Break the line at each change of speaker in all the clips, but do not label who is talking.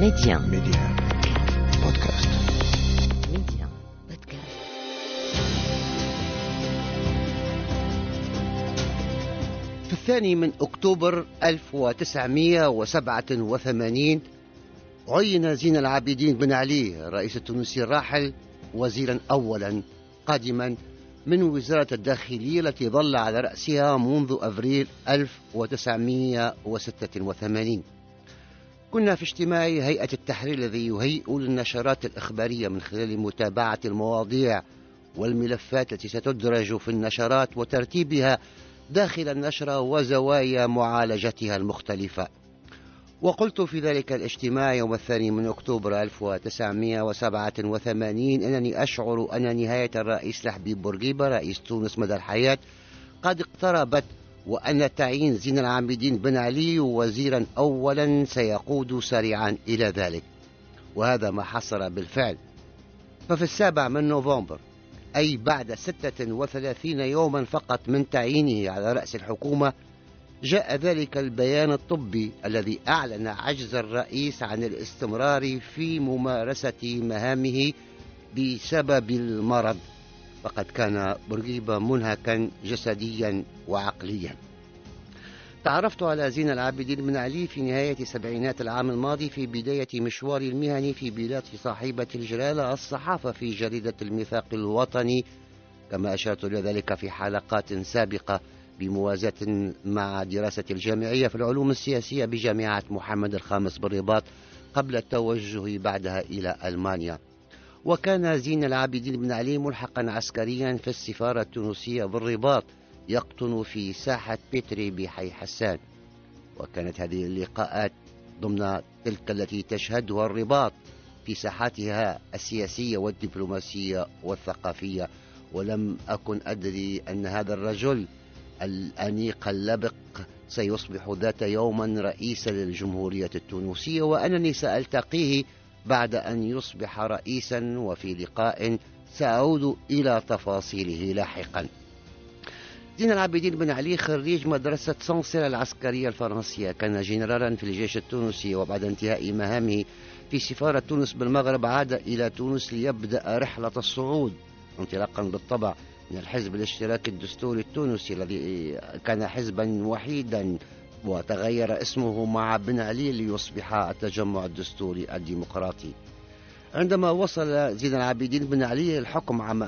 Média
بودكاست.
Média Podcast.
في 2 من أكتوبر 1987 عين زين العابدين بن علي الرئيس التونسي الراحل وزيرا أولا قادما من وزارة الداخلية التي ظل على رأسها منذ أبريل 1986. كنا في اجتماع هيئة التحرير الذي يهيئ للنشرات الإخبارية من خلال متابعة المواضيع والملفات التي ستدرج في النشرات وترتيبها داخل النشرة وزوايا معالجتها المختلفة. وقلت في ذلك الاجتماع يوم 2 من أكتوبر 1987 أنني أشعر أن نهاية الرئيس لحبيب بورقيبة رئيس تونس مدى الحياة قد اقتربت، وأن تعيين زين العابدين بن علي وزيرا أولا سيقود سريعا إلى ذلك، وهذا ما حصل بالفعل. ففي 7 من نوفمبر، أي بعد 36 يوما فقط من تعيينه على رأس الحكومة، جاء ذلك البيان الطبي الذي أعلن عجز الرئيس عن الاستمرار في ممارسة مهامه بسبب المرض، فقد كان بورقيبة منهكا جسديا وعقليا. تعرفت على زين العابدين بن علي في نهاية سبعينات العام الماضي في بداية مشواري المهني في بلاد صاحبة الجلالة الصحافة في جريدة الميثاق الوطني، كما أشرت إلى ذلك في حلقات سابقة بموازاة مع دراسة الجامعية في العلوم السياسية بجامعة محمد الخامس بالرباط قبل التوجه بعدها إلى ألمانيا. وكان زين العابدين بن علي ملحقا عسكريا في السفارة التونسية بالرباط يقطن في ساحة بيتري بحي حسان، وكانت هذه اللقاءات ضمن تلك التي تشهدها الرباط في ساحاتها السياسية والدبلوماسية والثقافية. ولم أكن أدري أن هذا الرجل الأنيق اللبق سيصبح ذات يوما رئيسا للجمهورية التونسية، وأنني سألتقيه بعد أن يصبح رئيسا، وفي لقاء سأعود إلى تفاصيله لاحقا. زين العابدين بن علي خريج مدرسة سانسير العسكرية الفرنسية، كان جنرالا في الجيش التونسي، وبعد انتهاء مهامه في سفارة تونس بالمغرب عاد إلى تونس ليبدأ رحلة الصعود، انطلاقا بالطبع من الحزب الاشتراكي الدستوري التونسي الذي كان حزبا وحيدا وتغير اسمه مع بن علي ليصبح التجمع الدستوري الديمقراطي. عندما وصل زين العابدين بن علي الحكم عام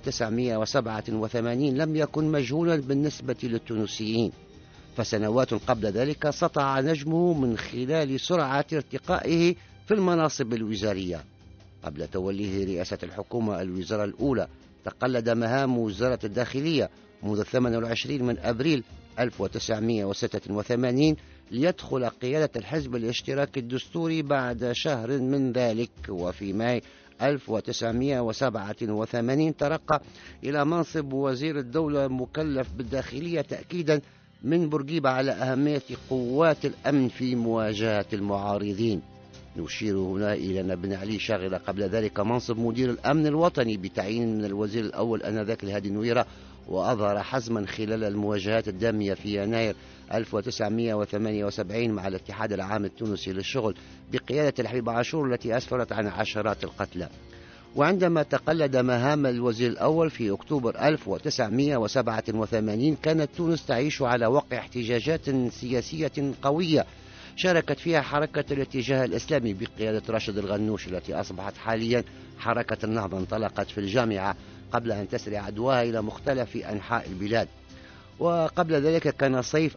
1987 لم يكن مجهولا بالنسبة للتونسيين، فسنوات قبل ذلك سطع نجمه من خلال سرعة ارتقائه في المناصب الوزارية. قبل توليه رئاسة الحكومة الوزارة الأولى تقلد مهام وزارة الداخلية منذ 28 من أبريل 1986 ليدخل قيادة الحزب الاشتراكي الدستوري بعد شهر من ذلك. وفي ماي 1987 ترقى إلى منصب وزير الدولة المكلف بالداخلية، تأكيدا من بورقيبة على أهمية قوات الأمن في مواجهة المعارضين. نشير هنا إلى أن بن علي شغل قبل ذلك منصب مدير الأمن الوطني بتعيين من الوزير الأول آنذاك الهادي نويرة، وأظهر حزما خلال المواجهات الدامية في يناير 1978 مع الاتحاد العام التونسي للشغل بقيادة الحبيب عاشور التي أسفرت عن عشرات القتلى. وعندما تقلد مهام الوزير الأول في أكتوبر 1987 كانت تونس تعيش على وقع احتجاجات سياسية قوية شاركت فيها حركة الاتجاه الإسلامي بقيادة راشد الغنوش التي أصبحت حاليا حركة النهضة، انطلقت في الجامعة قبل أن تسري عدواها إلى مختلف أنحاء البلاد. وقبل ذلك كان صيف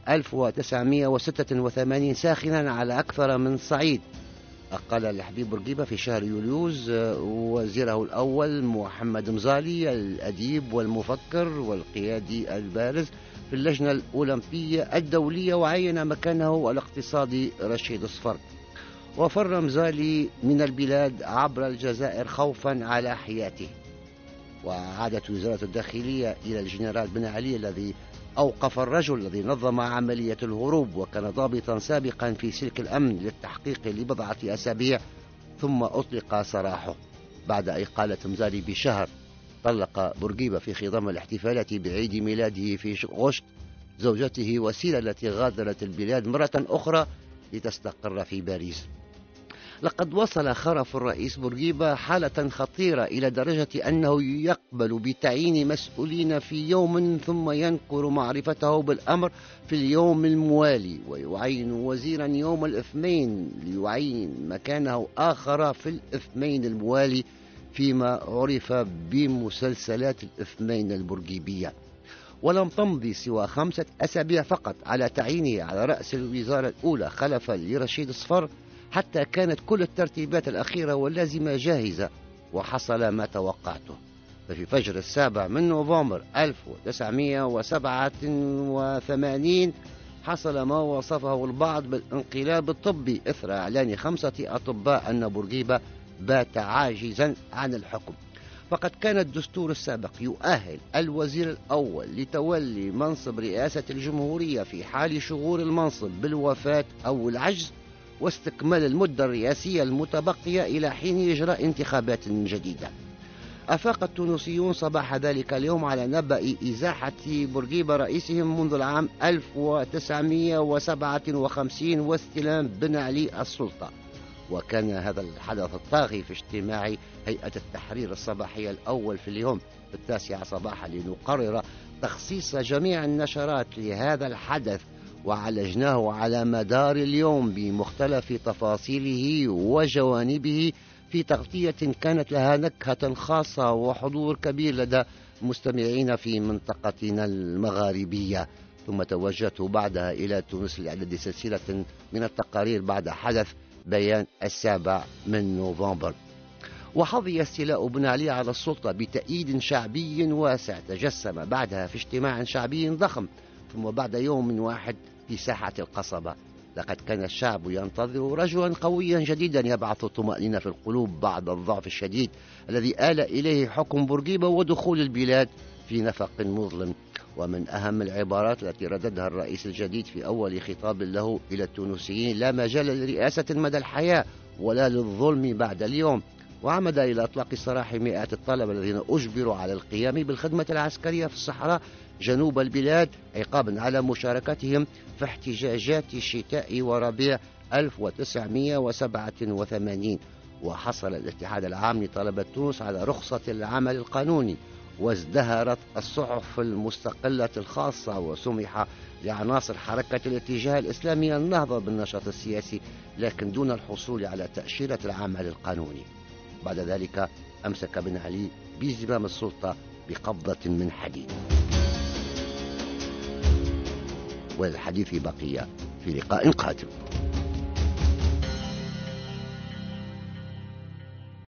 1986 ساخنا على أكثر من صعيد. أقل الحبيب بورقيبة في شهر يوليوز وزيره الأول محمد مزالي الأديب والمفكر والقيادي البارز في اللجنة الأولمبية الدولية، وعين مكانه الاقتصادي رشيد صفر. وفر مزالي من البلاد عبر الجزائر خوفا على حياته. وعادت وزارة الداخلية إلى الجنرال بن علي الذي أوقف الرجل الذي نظم عملية الهروب وكان ضابطا سابقا في سلك الأمن للتحقيق لبضعة أسابيع، ثم أطلق سراحه بعد إقالة مزالي بشهر. طلق بورقيبة في خضم الاحتفالات بعيد ميلاده في غشت زوجته وسيلة التي غادرت البلاد مرة أخرى لتستقر في باريس. لقد وصل خرف الرئيس بورقيبة حالة خطيرة إلى درجة أنه يقبل بتعيين مسؤولين في يوم ثم ينكر معرفته بالأمر في اليوم الموالي، ويعين وزيرا يوم الاثنين ليعين مكانه آخر في الاثنين الموالي، فيما عرف بمسلسلات الاثنين البورقيبية. ولم تمضي سوى 5 أسابيع فقط على تعيينه على رأس الوزارة الأولى خلفا لرشيد صفر، حتى كانت كل الترتيبات الأخيرة واللازمة جاهزة، وحصل ما توقعته. ففي فجر 7 نوفمبر 1987 حصل ما وصفه البعض بالانقلاب الطبي إثر إعلان 5 أطباء أن بورقيبة بات عاجزا عن الحكم. فقد كان الدستور السابق يؤهل الوزير الأول لتولي منصب رئاسة الجمهورية في حال شغور المنصب بالوفاة أو العجز، واستكمال المدة الرئاسية المتبقية إلى حين إجراء انتخابات جديدة. أفاق التونسيون صباح ذلك اليوم على نبأ إزاحة بورقيبة رئيسهم منذ العام 1957 واستلام بن علي السلطة. وكان هذا الحدث الطاغي في اجتماع هيئة التحرير الصباحي الأول في اليوم 9 صباحا لنقرر تخصيص جميع النشرات لهذا الحدث، وعالجناه على مدار اليوم بمختلف تفاصيله وجوانبه في تغطية كانت لها نكهة خاصة وحضور كبير لدى مستمعين في منطقتنا المغاربية. ثم توجهت بعدها إلى تونس لإعداد سلسلة من التقارير بعد حدث بيان 7 نوفمبر. وحظي استيلاء بن علي على السلطة بتأييد شعبي واسع تجسم بعدها في اجتماع شعبي ضخم، ثم بعد يوم واحد في ساحة القصبة. لقد كان الشعب ينتظر رجلا قويا جديدا يبعث الطمأنينة في القلوب بعد الضعف الشديد الذي آل إليه حكم بورقيبة ودخول البلاد في نفق مظلم. ومن أهم العبارات التي رددها الرئيس الجديد في أول خطاب له إلى التونسيين: لا مجال لرئاسة مدى الحياة ولا للظلم بعد اليوم. وعمد إلى إطلاق سراح مئات الطلبة الذين أجبروا على القيام بالخدمة العسكرية في الصحراء جنوب البلاد عقابا على مشاركتهم في احتجاجات شتاء وربيع 1987. وحصل الاتحاد العام لطلبة تونس على رخصة العمل القانوني، وازدهرت الصحف المستقلة الخاصة، وسمح لعناصر حركة الاتجاه الإسلامي النهضة بالنشاط السياسي، لكن دون الحصول على تأشيرة العمل القانوني. بعد ذلك أمسك بن علي بزمام السلطة بقبضة من حديد. والحديث بقية في لقاء قادم.